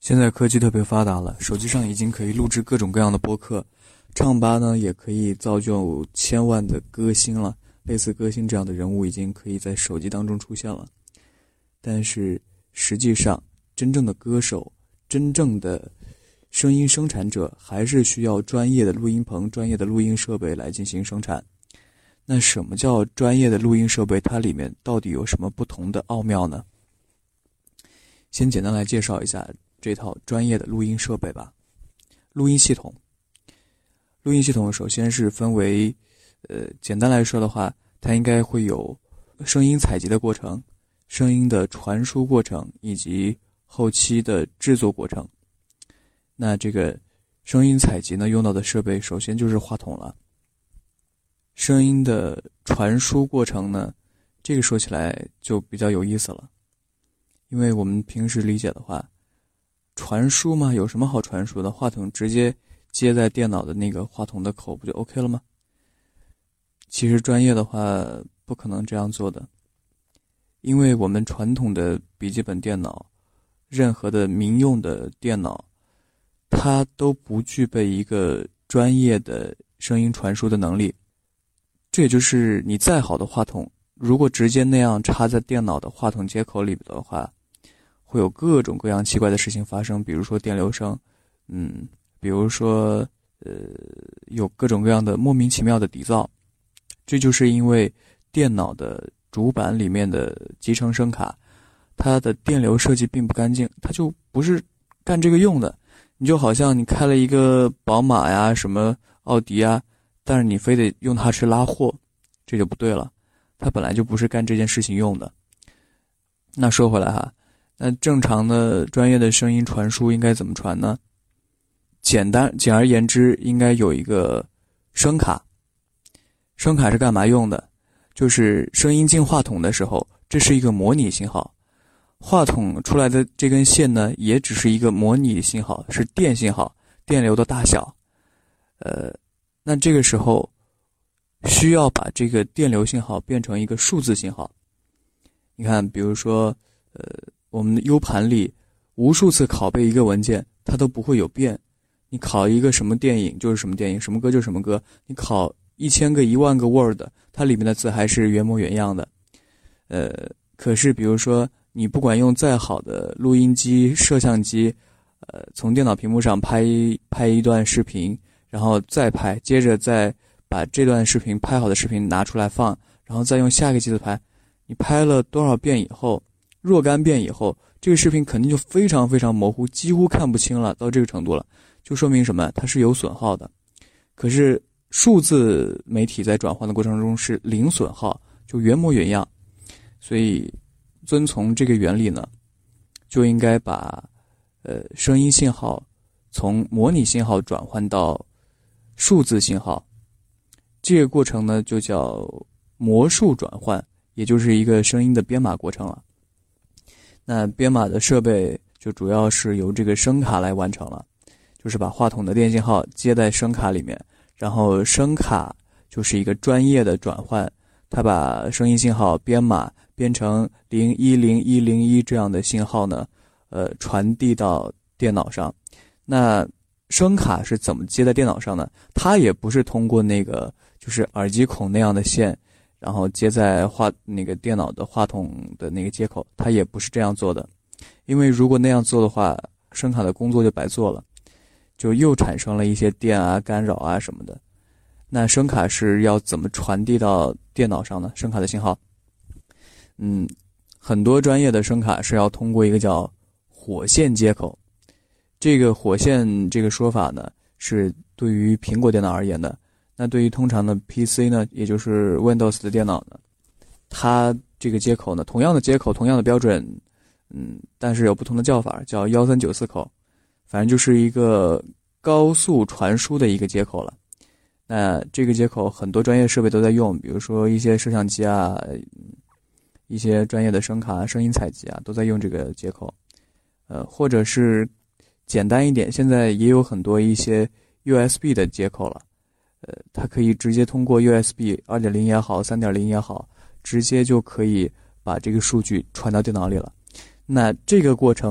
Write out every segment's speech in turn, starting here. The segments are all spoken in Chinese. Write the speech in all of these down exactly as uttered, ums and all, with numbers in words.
现在科技特别发达了，手机上已经可以录制各种各样的播客，唱吧呢也可以造就千万的歌星了，类似歌星这样的人物已经可以在手机当中出现了。但是实际上真正的歌手，真正的声音生产者还是需要专业的录音棚、专业的录音设备来进行生产。那什么叫专业的录音设备？它里面到底有什么不同的奥妙呢？先简单来介绍一下这套专业的录音设备吧。录音系统，录音系统首先是分为，呃，简单来说的话，它应该会有声音采集的过程、声音的传输过程以及后期的制作过程。那这个声音采集呢，用到的设备首先就是话筒了。声音的传输过程呢，这个说起来就比较有意思了，因为我们平时理解的话，传输嘛，有什么好传输的？话筒直接接在电脑的那个话筒的口不就 OK 了吗？其实专业的话不可能这样做的，因为我们传统的笔记本电脑，任何的民用的电脑，它都不具备一个专业的声音传输的能力。这也就是你再好的话筒，如果直接那样插在电脑的话筒接口里的话，会有各种各样奇怪的事情发生，比如说电流声，嗯，比如说呃，有各种各样的莫名其妙的底噪。这就是因为电脑的主板里面的集成声卡，它的电流设计并不干净，它就不是干这个用的。你就好像你开了一个宝马呀，什么奥迪啊，但是你非得用它去拉货，这就不对了，它本来就不是干这件事情用的。那说回来哈，那正常的专业的声音传输应该怎么传呢？简单简而言之，应该有一个声卡。声卡是干嘛用的？就是声音进话筒的时候，这是一个模拟信号，话筒出来的这根线呢，也只是一个模拟信号，是电信号，电流的大小。呃，那这个时候需要把这个电流信号变成一个数字信号。你看，比如说，呃，我们的 U 盘里无数次拷贝一个文件，它都不会有变。你拷一个什么电影就是什么电影，什么歌就是什么歌。你拷一千个、一万个 Word， 它里面的字还是原模原样的。呃，可是比如说，你不管用再好的录音机、摄像机，呃，从电脑屏幕上拍拍一段视频，然后再拍，接着再把这段视频拍好的视频拿出来放，然后再用下一个机子拍。你拍了多少遍以后，若干遍以后，这个视频肯定就非常非常模糊，几乎看不清了，到这个程度了，就说明什么？它是有损耗的。可是数字媒体在转换的过程中是零损耗，就原模原样。所以遵从这个原理呢，就应该把呃声音信号从模拟信号转换到数字信号。这个过程呢就叫模数转换，也就是一个声音的编码过程了。那编码的设备就主要是由这个声卡来完成了，就是把话筒的电信号接在声卡里面，然后声卡就是一个专业的转换，它把声音信号编码编成零一零一零一这样的信号呢，呃，传递到电脑上。那声卡是怎么接在电脑上呢？它也不是通过那个就是耳机孔那样的线，然后接在话那个电脑的话筒的那个接口，它也不是这样做的。因为如果那样做的话，声卡的工作就白做了，就又产生了一些电啊、干扰啊什么的。那声卡是要怎么传递到电脑上呢？声卡的信号，嗯，很多专业的声卡是要通过一个叫火线接口。这个火线这个说法呢，是对于苹果电脑而言的。那对于通常的 P C 呢，也就是 Windows 的电脑呢，它这个接口呢，同样的接口，同样的标准，嗯，但是有不同的叫法，叫一三九四口，反正就是一个高速传输的一个接口了。那这个接口很多专业设备都在用，比如说一些摄像机啊，一些专业的声卡、声音采集啊，都在用这个接口。呃，或者是简单一点，现在也有很多一些 U S B 的接口了。呃，它可以直接通过 U S B 二点零 也好 三点零 也好，直接就可以把这个数据传到电脑里了。那这个过程呢，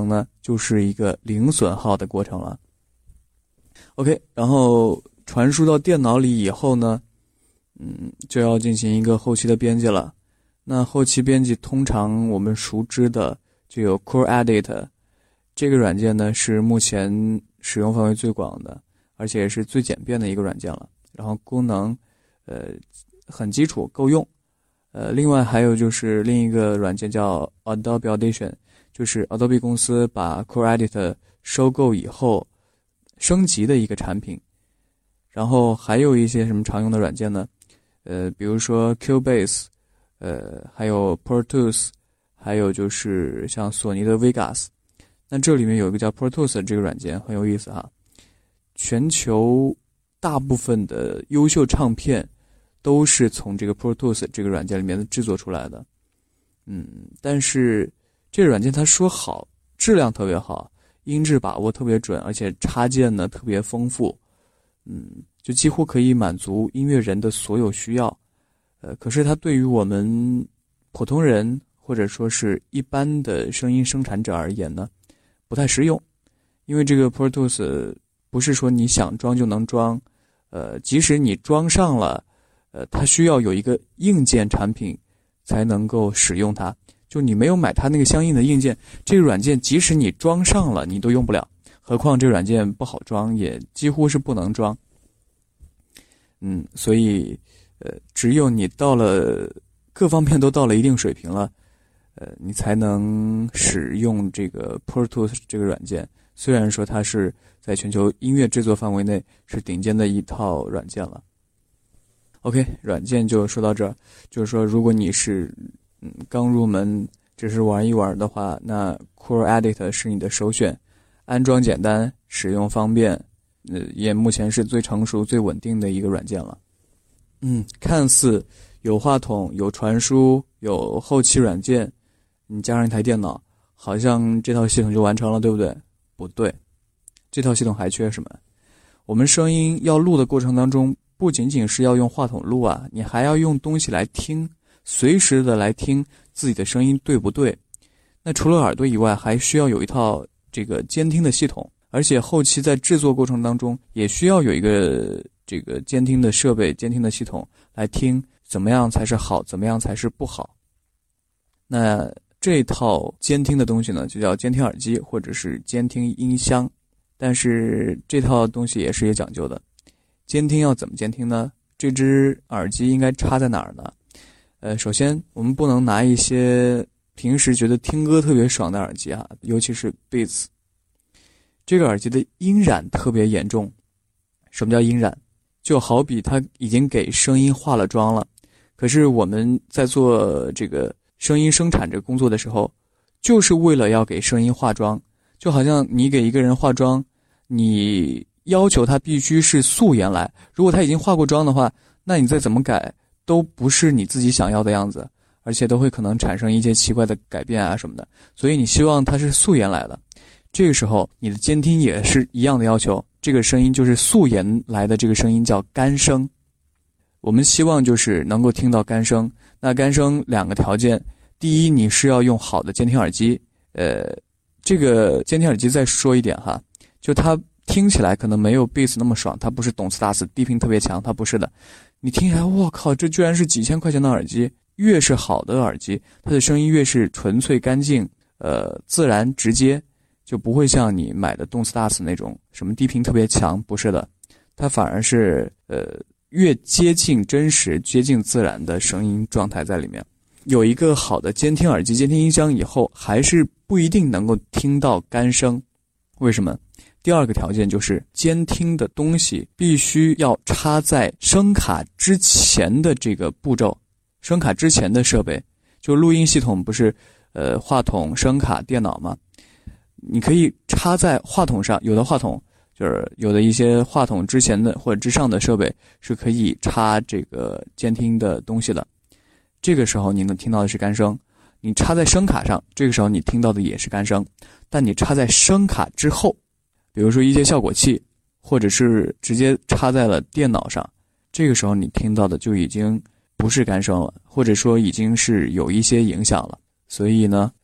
就是一个零损耗的过程了。OK， 然后传输到电脑里以后呢，嗯，就要进行一个后期的编辑了。那后期编辑通常我们熟知的就有 CoreEdit， 这个软件呢是目前使用范围最广的，而且也是最简便的一个软件了。然后功能呃很基础，够用。呃，另外还有就是另一个软件叫 Adobe Audition， 就是 Adobe 公司把 CoreEdit 收购以后升级的一个产品。然后还有一些什么常用的软件呢？呃，比如说 Cubase， 呃，还有 Pro Tools， 还有就是像索尼的 Vegas。那这里面有一个叫 Pro Tools 的这个软件很有意思哈。全球大部分的优秀唱片都是从这个 Pro Tools 这个软件里面制作出来的。嗯，但是这个软件它说好，质量特别好，音质把握特别准，而且插件呢特别丰富。嗯，就几乎可以满足音乐人的所有需要。呃，可是它对于我们普通人或者说是一般的声音生产者而言呢，不太实用。因为这个 Pro Tools 不是说你想装就能装，呃，即使你装上了，呃，它需要有一个硬件产品才能够使用它。就你没有买它那个相应的硬件，这个软件即使你装上了，你都用不了。何况这个软件不好装，也几乎是不能装。嗯，所以呃，只有你到了各方面都到了一定水平了，呃，你才能使用这个 Pro Tools 这个软件。虽然说它是在全球音乐制作范围内是顶尖的一套软件了。OK， 软件就说到这儿。就是说，如果你是嗯刚入门，只是玩一玩的话，那 CoreEdit 是你的首选。安装简单，使用方便，呃，也目前是最成熟、最稳定的一个软件了。嗯，看似有话筒、有传输、有后期软件，你加上一台电脑，好像这套系统就完成了，对不对？不对，这套系统还缺什么？我们声音要录的过程当中，不仅仅是要用话筒录啊，你还要用东西来听，随时的来听自己的声音对不对。那除了耳朵以外，还需要有一套这个监听的系统，而且后期在制作过程当中也需要有一个这个监听的设备、监听的系统来听怎么样才是好，怎么样才是不好。那这套监听的东西呢，就叫监听耳机或者是监听音箱。但是这套东西也是有讲究的。监听要怎么监听呢？这只耳机应该插在哪儿呢？呃，首先我们不能拿一些平时觉得听歌特别爽的耳机啊，尤其是 Beats， 这个耳机的音染特别严重。什么叫音染？就好比它已经给声音化了妆了，可是我们在做这个声音生产这个工作的时候，就是为了要给声音化妆。就好像你给一个人化妆，你要求他必须是素颜来，如果他已经化过妆的话，那你再怎么改都不是你自己想要的样子，而且都会可能产生一些奇怪的改变啊什么的。所以你希望它是素颜来的，这个时候你的监听也是一样的要求，这个声音就是素颜来的，这个声音叫干声。我们希望就是能够听到干声。那干声两个条件，第一，你是要用好的监听耳机，呃这个监听耳机再说一点哈，就它听起来可能没有 Beats 那么爽，它不是懂次打次低频特别强，它不是的。你听起来我靠，这居然是几千块钱的耳机。越是好的耳机，它的声音越是纯粹干净，呃自然直接，就不会像你买的动次打次那种什么低频特别强，不是的。它反而是呃越接近真实、接近自然的声音状态在里面。有一个好的监听耳机、监听音箱以后，还是不一定能够听到干声。为什么？第二个条件就是监听的东西必须要插在声卡之前的这个步骤，声卡之前的设备，就录音系统不是呃话筒、声卡、电脑吗？你可以插在话筒上，有的话筒就是有的一些话筒之前的或者之上的设备是可以插这个监听的东西的。这个时候你能听到的是干声。你插在声卡上，这个时候你听到的也是干声。但你插在声卡之后，比如说一些效果器，或者是直接插在了电脑上，这个时候你听到的就已经不是干声了，或者说已经是有一些影响了。所以呢，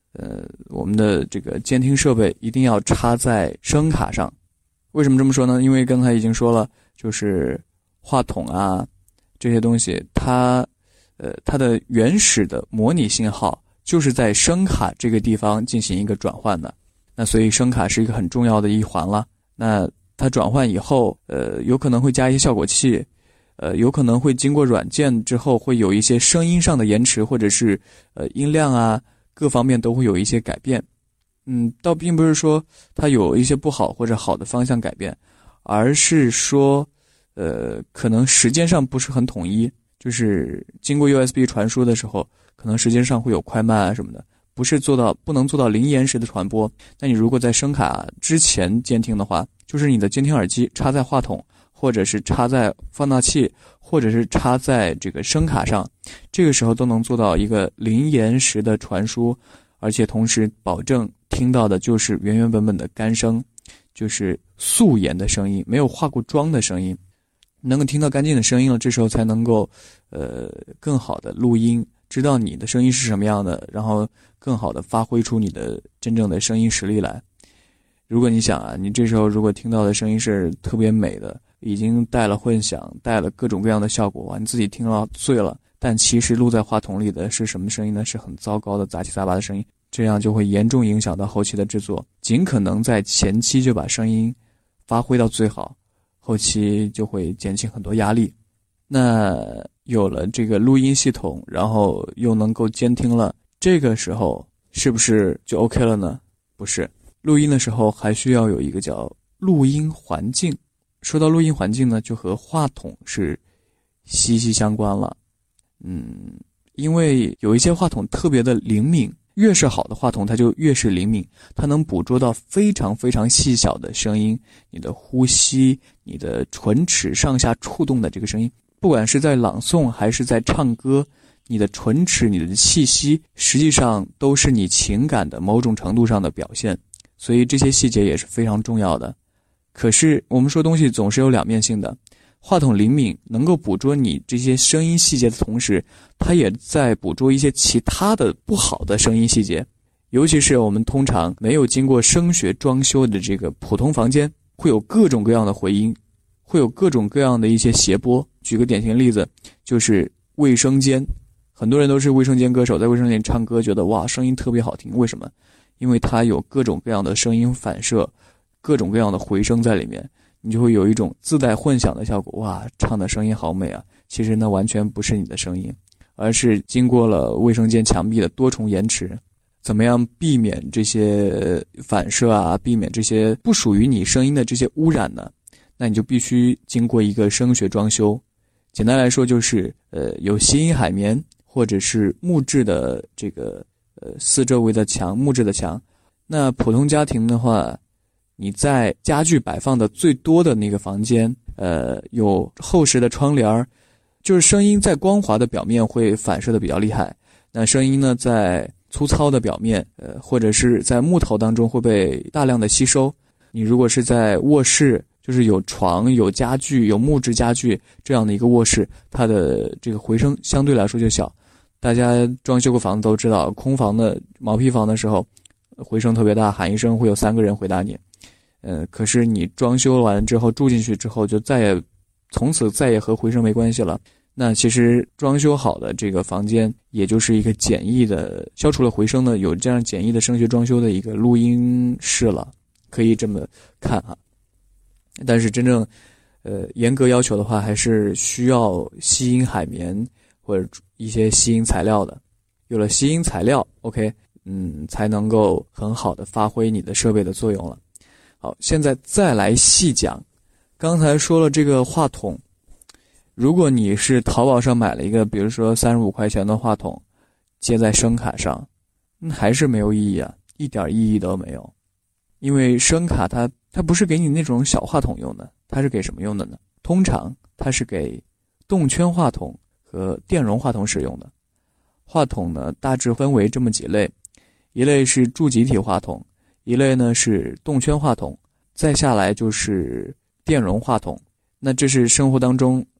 呃，我们的这个监听设备一定要插在声卡上。为什么这么说呢？因为刚才已经说了，就是话筒啊这些东西，它呃它的原始的模拟信号就是在声卡这个地方进行一个转换的。那所以声卡是一个很重要的一环了。那它转换以后，呃，有可能会加一些效果器，呃，有可能会经过软件之后会有一些声音上的延迟，或者是呃音量啊各方面都会有一些改变。嗯，倒并不是说它有一些不好或者好的方向改变，而是说，呃，可能时间上不是很统一，就是经过 U S B 传输的时候，可能时间上会有快慢啊什么的。不是做到不能做到零延时的传播。那你如果在声卡之前监听的话，就是你的监听耳机插在话筒，或者是插在放大器，或者是插在这个声卡上，这个时候都能做到一个零延时的传输，而且同时保证听到的就是原原本本的干声，就是素颜的声音，没有化过妆的声音，能够听到干净的声音了，这时候才能够呃更好的录音，知道你的声音是什么样的，然后更好的发挥出你的真正的声音实力来。如果你想啊，你这时候如果听到的声音是特别美的，已经带了混响，带了各种各样的效果，哇，你自己听了醉了，但其实录在话筒里的是什么声音呢？是很糟糕的杂七杂八的声音，这样就会严重影响到后期的制作。尽可能在前期就把声音发挥到最好，后期就会减轻很多压力。那有了这个录音系统，然后又能够监听了，这个时候是不是就 OK 了呢？不是，录音的时候还需要有一个叫录音环境。说到录音环境呢，就和话筒是息息相关了。嗯，因为有一些话筒特别的灵敏，越是好的话筒它就越是灵敏，它能捕捉到非常非常细小的声音，你的呼吸，你的唇齿上下触动的这个声音，不管是在朗诵还是在唱歌，你的唇齿，你的气息，实际上都是你情感的某种程度上的表现，所以这些细节也是非常重要的。可是我们说东西总是有两面性的，话筒灵敏能够捕捉你这些声音细节的同时，它也在捕捉一些其他的不好的声音细节。尤其是我们通常没有经过声学装修的这个普通房间，会有各种各样的回音，会有各种各样的一些谐波。举个典型例子，就是卫生间，很多人都是卫生间歌手，在卫生间唱歌觉得哇声音特别好听，为什么？因为它有各种各样的声音反射，各种各样的回声在里面，你就会有一种自带混响的效果，哇，唱的声音好美啊！其实呢，完全不是你的声音，而是经过了卫生间墙壁的多重延迟。怎么样避免这些反射啊，避免这些不属于你声音的这些污染呢？那你就必须经过一个声学装修。简单来说就是呃，有吸音海绵或者是木质的这个呃四周围的墙，木质的墙。那普通家庭的话，你在家具摆放的最多的那个房间，呃，有厚实的窗帘，就是声音在光滑的表面会反射的比较厉害。那声音呢，在粗糙的表面，呃，或者是在木头当中会被大量的吸收。你如果是在卧室，就是有床、有家具、有木质家具这样的一个卧室，它的这个回声相对来说就小。大家装修过房子都知道，空房的毛坯房的时候，回声特别大，喊一声会有三个人回答你。呃，可是你装修完之后住进去之后，就再也从此再也和回声没关系了。那其实装修好的这个房间，也就是一个简易的消除了回声的，有这样简易的声学装修的一个录音室了，可以这么看哈。但是真正呃严格要求的话，还是需要吸音海绵或者一些吸音材料的。有了吸音材料 OK， 嗯，才能够很好的发挥你的设备的作用了。好，现在再来细讲。刚才说了这个话筒，如果你是淘宝上买了一个比如说三十五块钱的话筒接在声卡上，那还是没有意义啊，一点意义都没有。因为声卡它它不是给你那种小话筒用的，它是给什么用的呢？通常它是给动圈话筒和电容话筒使用的。话筒呢大致分为这么几类，一类是柱极体话筒，一类呢是动圈话筒，再下来就是电容话筒。那这是生活当中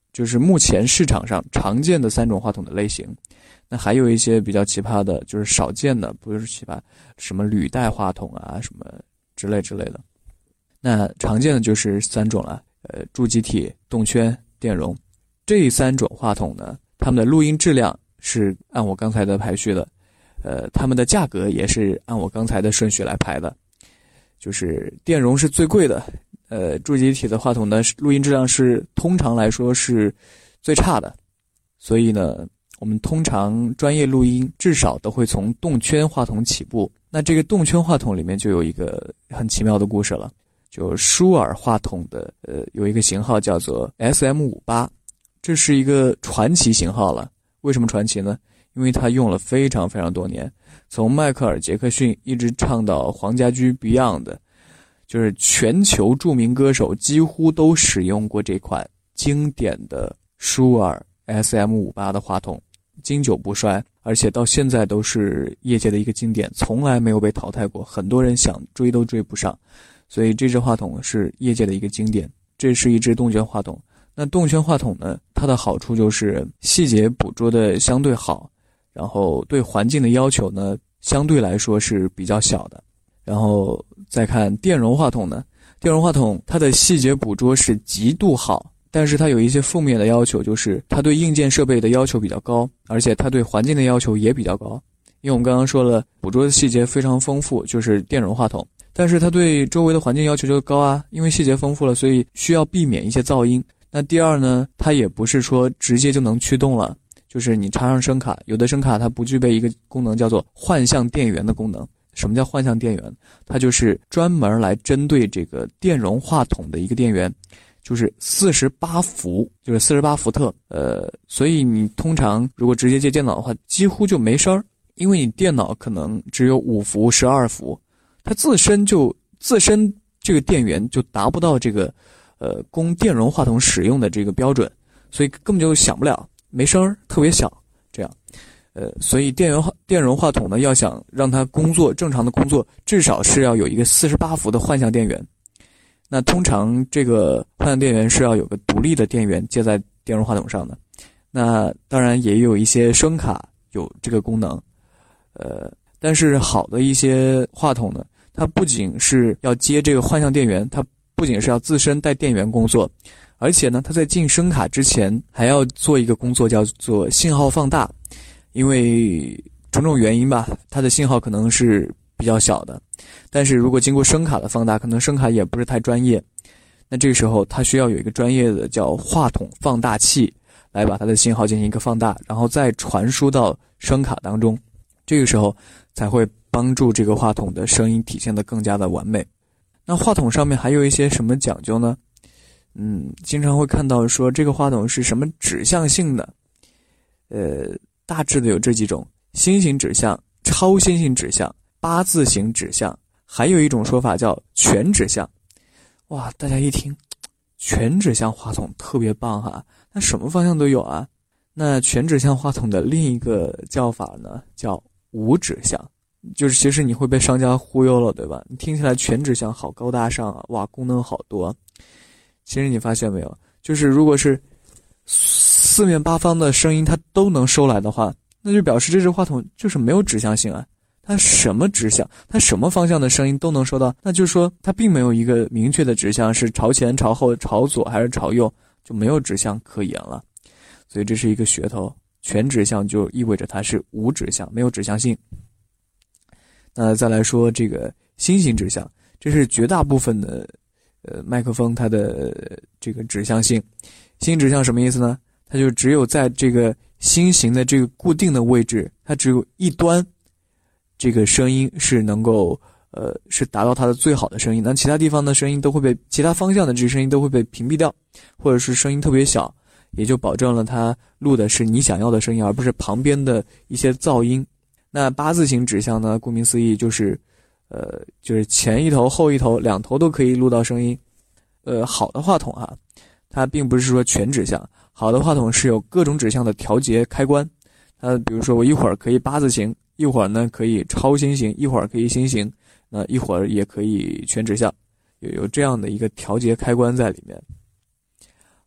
就是目前市场上常见的三种话筒的类型。那还有一些比较奇葩的，就是少见的，不是奇葩，什么履带话筒啊，什么之类之类的。那常见的就是三种了，呃，助记体、动圈、电容。这三种话筒呢，它们的录音质量是按我刚才的排序的，呃，它们的价格也是按我刚才的顺序来排的。就是电容是最贵的，呃，助记体的话筒呢，录音质量是通常来说是最差的，所以呢，我们通常专业录音至少都会从动圈话筒起步。那这个动圈话筒里面就有一个很奇妙的故事了，就舒尔话筒的呃有一个型号叫做 S M 五十八， 这是一个传奇型号了。为什么传奇呢？因为它用了非常非常多年，从迈克尔·杰克逊一直唱到黄家驹 Beyond， 就是全球著名歌手几乎都使用过这款经典的舒尔 S M 五十八 的话筒，经久不衰，而且到现在都是业界的一个经典，从来没有被淘汰过，很多人想追都追不上，所以这支话筒是业界的一个经典。这是一支动圈话筒。那动圈话筒呢，它的好处就是细节捕捉的相对好，然后对环境的要求呢相对来说是比较小的。然后再看电容话筒呢，电容话筒它的细节捕捉是极度好，但是它有一些负面的要求，就是它对硬件设备的要求比较高，而且它对环境的要求也比较高。因为我们刚刚说了，捕捉的细节非常丰富，就是电容话筒，但是它对周围的环境要求就高啊，因为细节丰富了，所以需要避免一些噪音。那第二呢，它也不是说直接就能驱动了，就是你插上声卡，有的声卡它不具备一个功能叫做幻象电源的功能。什么叫幻象电源？它就是专门来针对这个电容话筒的一个电源，就是四十八伏，就是四十八伏特。呃，所以你通常如果直接接电脑的话，几乎就没声儿，因为你电脑可能只有五伏、十二伏，它自身就自身这个电源就达不到这个呃供电容话筒使用的这个标准，所以根本就响不了，没声儿，特别小，这样。呃，所以电容电容话筒呢，要想让它工作正常的工作，至少是要有一个四十八伏的幻象电源。那通常这个幻象电源是要有个独立的电源接在电容话筒上的。那当然也有一些声卡有这个功能，呃，但是好的一些话筒呢，它不仅是要接这个幻象电源，它不仅是要自身带电源工作，而且呢，它在进声卡之前还要做一个工作，叫做信号放大。因为种种原因吧，它的信号可能是比较小的，但是如果经过声卡的放大，可能声卡也不是太专业，那这个时候它需要有一个专业的叫话筒放大器来把它的信号进行一个放大，然后再传输到声卡当中，这个时候才会帮助这个话筒的声音体现得更加的完美。那话筒上面还有一些什么讲究呢？嗯，经常会看到说这个话筒是什么指向性的，呃大致的有这几种：心形指向、超心形指向、八字形指向，还有一种说法叫全指向。哇，大家一听，全指向话筒特别棒哈，那什么方向都有啊。那全指向话筒的另一个叫法呢，叫无指向，就是其实你会被商家忽悠了，对吧？你听起来全指向好高大上啊，哇，功能好多。其实你发现没有，就是如果是四面八方的声音它都能收来的话，那就表示这支话筒就是没有指向性啊。它什么指向，它什么方向的声音都能收到，那就是说它并没有一个明确的指向是朝前、朝后、朝左还是朝右，就没有指向可言了。所以这是一个噱头，全指向就意味着它是无指向，没有指向性。那再来说这个心形指向，这是绝大部分的呃麦克风它的这个指向性。心指向什么意思呢？它就只有在这个心形的这个固定的位置，它只有一端这个声音是能够呃是达到它的最好的声音，那其他地方的声音都会被其他方向的这些声音都会被屏蔽掉，或者是声音特别小，也就保证了它录的是你想要的声音，而不是旁边的一些噪音。那八字形指向呢，顾名思义就是呃就是前一头后一头两头都可以录到声音。呃好的话筒啊，它并不是说全指向，好的话筒是有各种指向的调节开关。它比如说我一会儿可以八字形，一会儿呢可以超心形，一会儿可以心形，那一会儿也可以全指向，有有这样的一个调节开关在里面。好，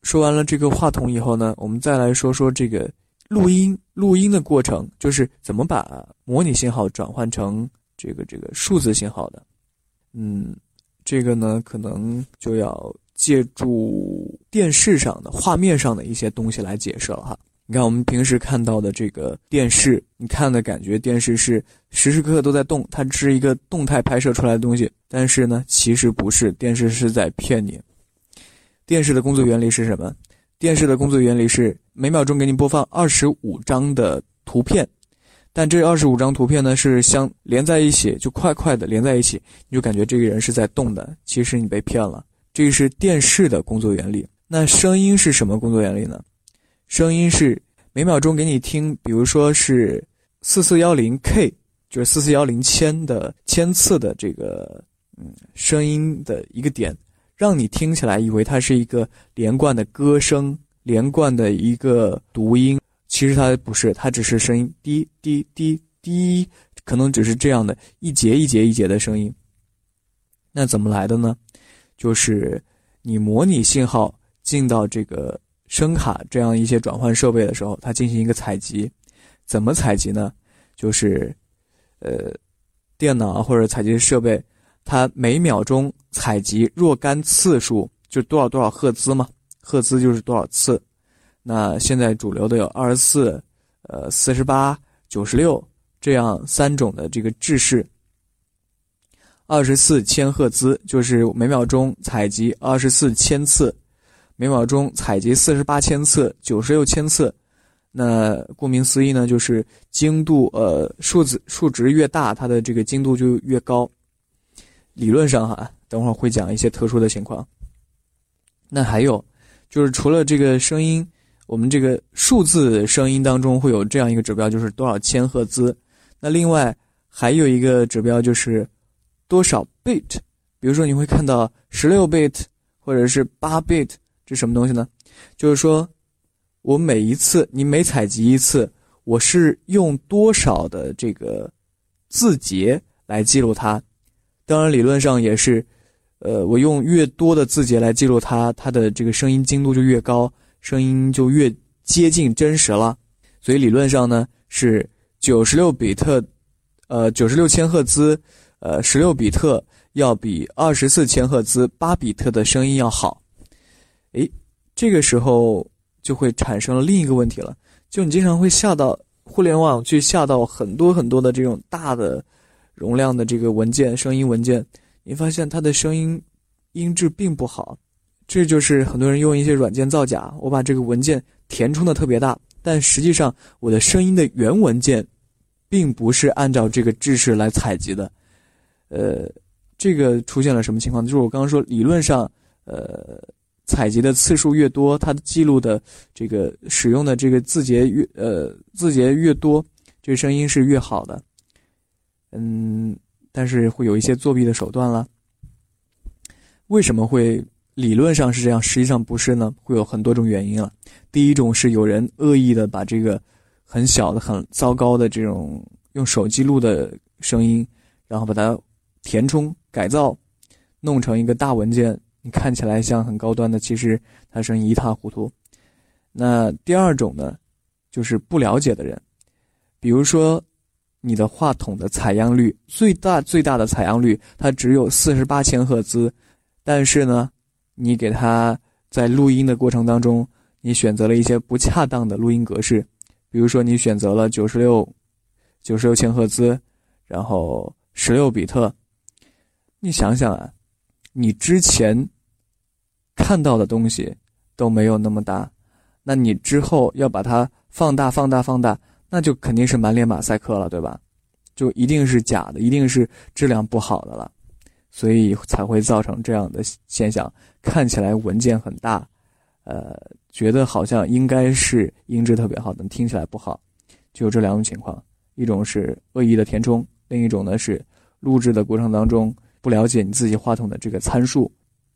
说完了这个话筒以后呢，我们再来说说这个录音录音的过程，就是怎么把模拟信号转换成这个这个数字信号的。嗯，这个呢可能就要借助电视上的画面上的一些东西来解释了哈。你看我们平时看到的这个电视，你看的感觉电视是时时刻刻都在动，它是一个动态拍摄出来的东西，但是呢其实不是，电视是在骗你。电视的工作原理是什么？电视的工作原理是每秒钟给你播放二十五张的图片，但这二十五张图片呢是相连在一起，就快快的连在一起，你就感觉这个人是在动的，其实你被骗了。这是电视的工作原理。那声音是什么工作原理呢？声音是每秒钟给你听，比如说是四四一零 K， 就是四四一零千的千次的这个嗯声音的一个点，让你听起来以为它是一个连贯的歌声，连贯的一个读音，其实它不是，它只是声音滴滴滴滴，可能只是这样的一节一节一节的声音。那怎么来的呢？就是你模拟信号进到这个声卡这样一些转换设备的时候，它进行一个采集。怎么采集呢？就是呃电脑或者采集设备，它每秒钟采集若干次数，就多少多少赫兹嘛，赫兹就是多少次。那现在主流的有二十四、呃四十八、九十六这样三种的这个制式。二十四千赫兹就是每秒钟采集二十四千次，每秒钟采集四十八千次、九十六千次。那顾名思义呢，就是精度呃数字数值越大，它的这个精度就越高。理论上哈，等会儿会讲一些特殊的情况。那还有就是除了这个声音，我们这个数字声音当中会有这样一个指标，就是多少千赫兹。那另外还有一个指标就是多少 bit， 比如说你会看到十六 bit 或者是八 bit， 这什么东西呢？就是说我每一次你每采集一次，我是用多少的这个字节来记录它。当然理论上也是呃，我用越多的字节来记录它，它的这个声音精度就越高，声音就越接近真实了。所以理论上呢是九十六比特呃九十六千赫兹呃十六比特要比二十四千赫兹八比特的声音要好。诶，这个时候就会产生了另一个问题了，就你经常会下到互联网去下到很多很多的这种大的容量的这个文件，声音文件，你发现它的声音音质并不好。这就是很多人用一些软件造假，我把这个文件填充的特别大，但实际上我的声音的原文件并不是按照这个制式来采集的。呃，这个出现了什么情况？就是我刚刚说理论上呃采集的次数越多，它的记录的这个使用的这个字节越呃字节越多，这个声音是越好的。嗯，但是会有一些作弊的手段了。为什么会理论上是这样，实际上不是呢？会有很多种原因了。第一种是有人恶意的把这个很小的很糟糕的这种用手机录的声音，然后把它填充改造弄成一个大文件，你看起来像很高端的，其实它声音一塌糊涂。那第二种呢，就是不了解的人，比如说你的话筒的采样率最大最大的采样率它只有四十八千赫兹，但是呢你给它在录音的过程当中，你选择了一些不恰当的录音格式，比如说你选择了九十六千赫兹，然后十六比特。你想想啊，你之前看到的东西都没有那么大，那你之后要把它放大放大放大，那就肯定是满脸马赛克了，对吧？就一定是假的，一定是质量不好的了，所以才会造成这样的现象，看起来文件很大，呃，觉得好像应该是音质特别好的，听起来不好，就有这两种情况。一种是恶意的填充，另一种呢是录制的过程当中不了解你自己话筒的这个参数。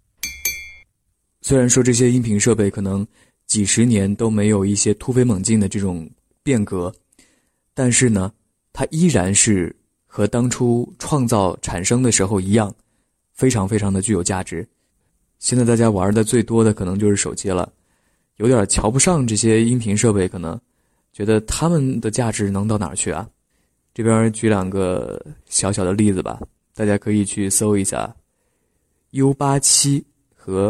虽然说这些音频设备可能几十年都没有一些突飞猛进的这种变革，但是呢它依然是和当初创造产生的时候一样，非常非常的具有价值。现在大家玩的最多的可能就是手机了， 有点瞧不上这些音频设备，可能觉得他们的价值能到哪儿去啊？这边举两个小小的例子吧，大家可以去搜一下 U 八七 和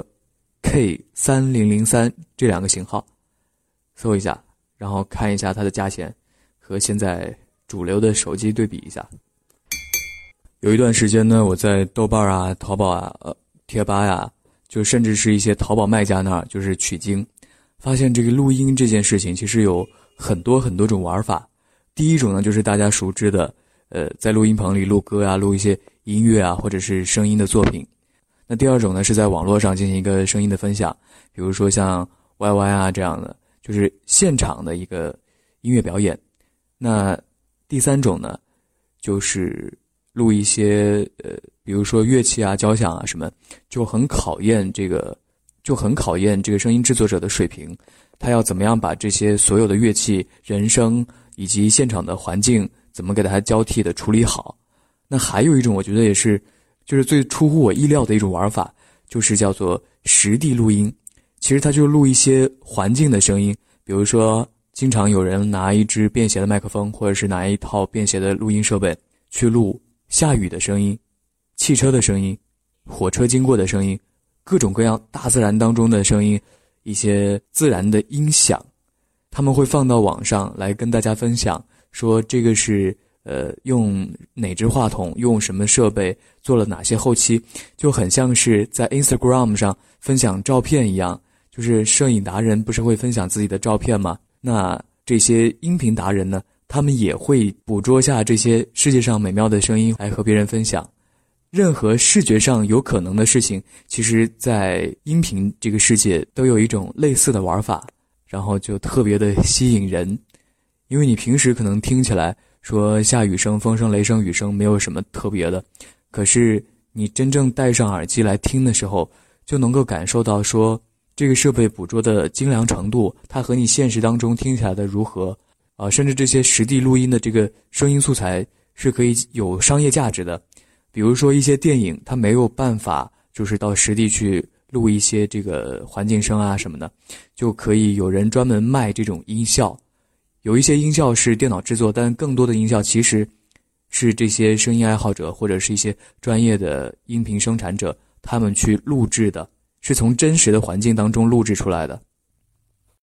K 三零零三 这两个型号，搜一下，然后看一下它的价钱和现在主流的手机对比一下。有一段时间呢，我在豆瓣啊、淘宝啊、呃、贴吧呀，就甚至是一些淘宝卖家那儿，就是取经，发现这个录音这件事情其实有很多很多种玩法。第一种呢，就是大家熟知的，呃，在录音棚里录歌啊，录一些音乐啊，或者是声音的作品。那第二种呢，是在网络上进行一个声音的分享，比如说像 Y Y 啊这样的，就是现场的一个音乐表演。那第三种呢，就是录一些呃，比如说乐器啊、交响啊什么，就很考验这个，就很考验这个声音制作者的水平。他要怎么样把这些所有的乐器、人声以及现场的环境怎么给它交替的处理好。那还有一种我觉得也是就是最出乎我意料的一种玩法，就是叫做实地录音。其实它就录一些环境的声音，比如说经常有人拿一支便携的麦克风，或者是拿一套便携的录音设备去录下雨的声音、汽车的声音、火车经过的声音，各种各样大自然当中的声音，一些自然的音响，他们会放到网上来跟大家分享，说这个是呃用哪支话筒，用什么设备，做了哪些后期，就很像是在 Instagram 上分享照片一样。就是摄影达人不是会分享自己的照片吗？那这些音频达人呢，他们也会捕捉下这些世界上美妙的声音来和别人分享。任何视觉上有可能的事情，其实在音频这个世界都有一种类似的玩法，然后就特别的吸引人。因为你平时可能听起来说下雨声、风声、雷声、雨声没有什么特别的，可是你真正戴上耳机来听的时候，就能够感受到说这个设备捕捉的精良程度，它和你现实当中听起来的如何啊、呃，甚至这些实地录音的这个声音素材是可以有商业价值的。比如说一些电影，它没有办法就是到实地去录一些这个环境声啊什么的，就可以有人专门卖这种音效。有一些音效是电脑制作，但更多的音效其实是这些声音爱好者或者是一些专业的音频生产者他们去录制的，是从真实的环境当中录制出来的。